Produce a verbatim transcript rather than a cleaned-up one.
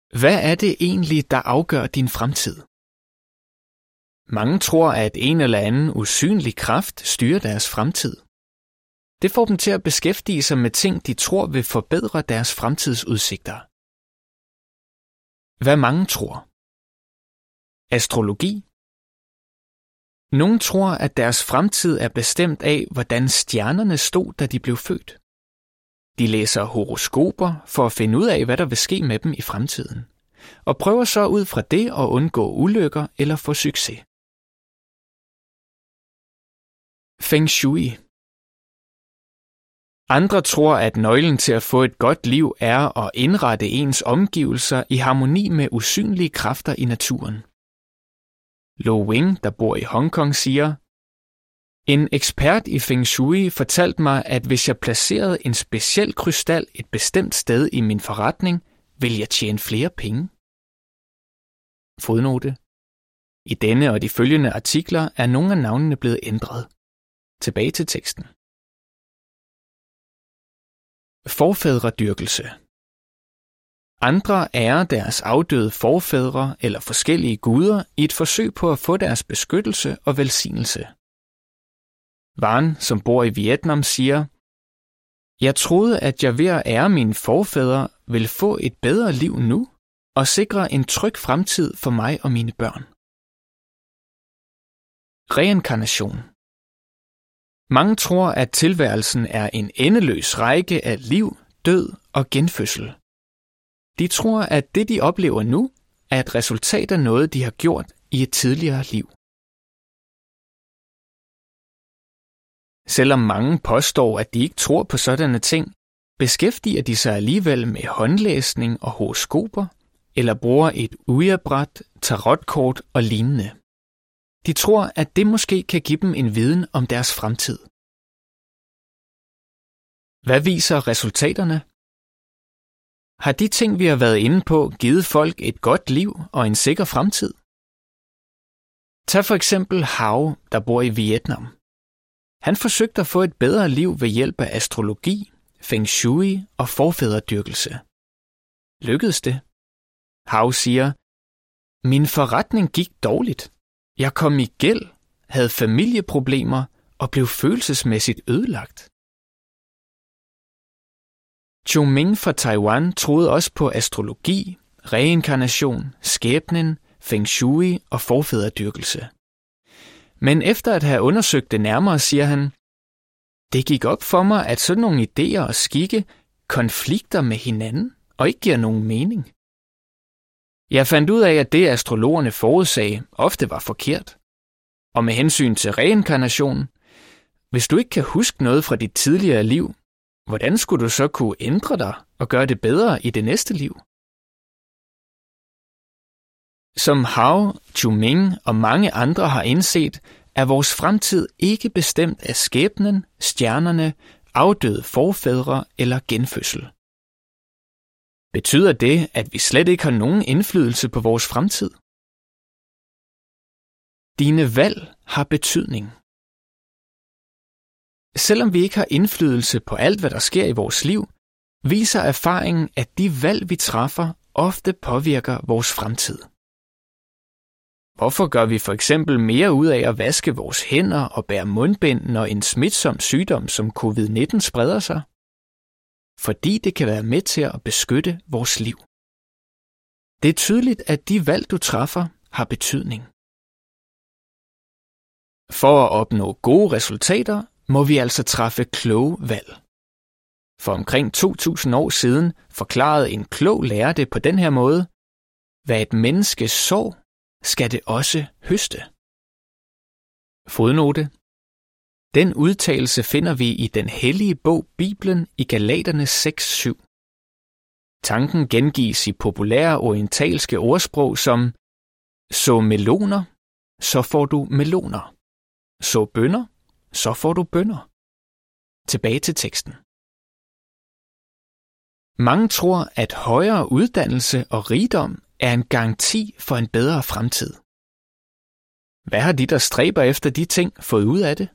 Hvad er det egentlig, der afgør din fremtid? Mange tror, at en eller anden usynlig kraft styrer deres fremtid. Det får dem til at beskæftige sig med ting, de tror vil forbedre deres fremtidsudsigter. Hvad mange tror? Astrologi. Nogle tror, at deres fremtid er bestemt af, hvordan stjernerne stod, da de blev født. De læser horoskoper for at finde ud af, hvad der vil ske med dem i fremtiden, og prøver så ud fra det at undgå ulykker eller få succes. Feng Shui. Andre tror, at nøglen til at få et godt liv er at indrette ens omgivelser i harmoni med usynlige kræfter i naturen. Lo Wing, der bor i Hongkong, siger: En ekspert i Feng Shui fortalte mig, at hvis jeg placerede en speciel krystal et bestemt sted i min forretning, ville jeg tjene flere penge. Fodnote. I denne og de følgende artikler er nogle af navnene blevet ændret. Tilbage til teksten. Forfædredyrkelse. Andre ærer deres afdøde forfædre eller forskellige guder i et forsøg på at få deres beskyttelse og velsignelse. Van, som bor i Vietnam, siger: Jeg troede, at jeg ved at ære mine forfædre ville få et bedre liv nu og sikre en tryg fremtid for mig og mine børn. Reinkarnation. Mange tror, at tilværelsen er en endeløs række af liv, død og genfødsel. De tror, at det, de oplever nu, er et resultat af noget, de har gjort i et tidligere liv. Selvom mange påstår, at de ikke tror på sådanne ting, beskæftiger de sig alligevel med håndlæsning og horoskoper, eller bruger et ouija-bræt, tarotkort og lignende. De tror, at det måske kan give dem en viden om deres fremtid. Hvad viser resultaterne? Har de ting, vi har været inde på, givet folk et godt liv og en sikker fremtid? Tag for eksempel Hao, der bor i Vietnam. Han forsøgte at få et bedre liv ved hjælp af astrologi, Feng Shui og forfædredyrkelse. Lykkedes det? Hao siger: Min forretning gik dårligt. Jeg kom i gæld, havde familieproblemer og blev følelsesmæssigt ødelagt. Chu Ming fra Taiwan troede også på astrologi, reinkarnation, skæbnen, Feng Shui og forfædredyrkelse. Men efter at have undersøgt det nærmere, siger han: Det gik op for mig, at sådan nogle idéer og skikke konflikter med hinanden og ikke giver nogen mening. Jeg fandt ud af, at det astrologerne forudsagde ofte var forkert. Og med hensyn til reinkarnation, hvis du ikke kan huske noget fra dit tidligere liv, hvordan skulle du så kunne ændre dig og gøre det bedre i det næste liv? Som Hao, Chu Ming og mange andre har indset, er vores fremtid ikke bestemt af skæbnen, stjernerne, afdøde forfædre eller genfødsel. Betyder det, at vi slet ikke har nogen indflydelse på vores fremtid? Dine valg har betydning. Selvom vi ikke har indflydelse på alt, hvad der sker i vores liv, viser erfaringen, at de valg, vi træffer, ofte påvirker vores fremtid. Hvorfor gør vi for eksempel mere ud af at vaske vores hænder og bære mundbind, når en smitsom sygdom som covid nitten spreder sig? Fordi det kan være med til at beskytte vores liv. Det er tydeligt, at de valg, du træffer, har betydning. For at opnå gode resultater, må vi altså træffe kloge valg. For omkring to tusind år siden forklarede en klog lærer det på den her måde: Hvad et menneske sår, skal det også høste. Fodnote. Den udtalelse finder vi i den hellige bog Bibelen i Galaterne seks syv. Tanken gengives i populære orientalske ordsprog som: Så meloner, så får du meloner. Så bønner, så får du bønner. Tilbage til teksten. Mange tror, at højere uddannelse og rigdom er en garanti for en bedre fremtid. Hvad har de, der stræber efter de ting, fået ud af det?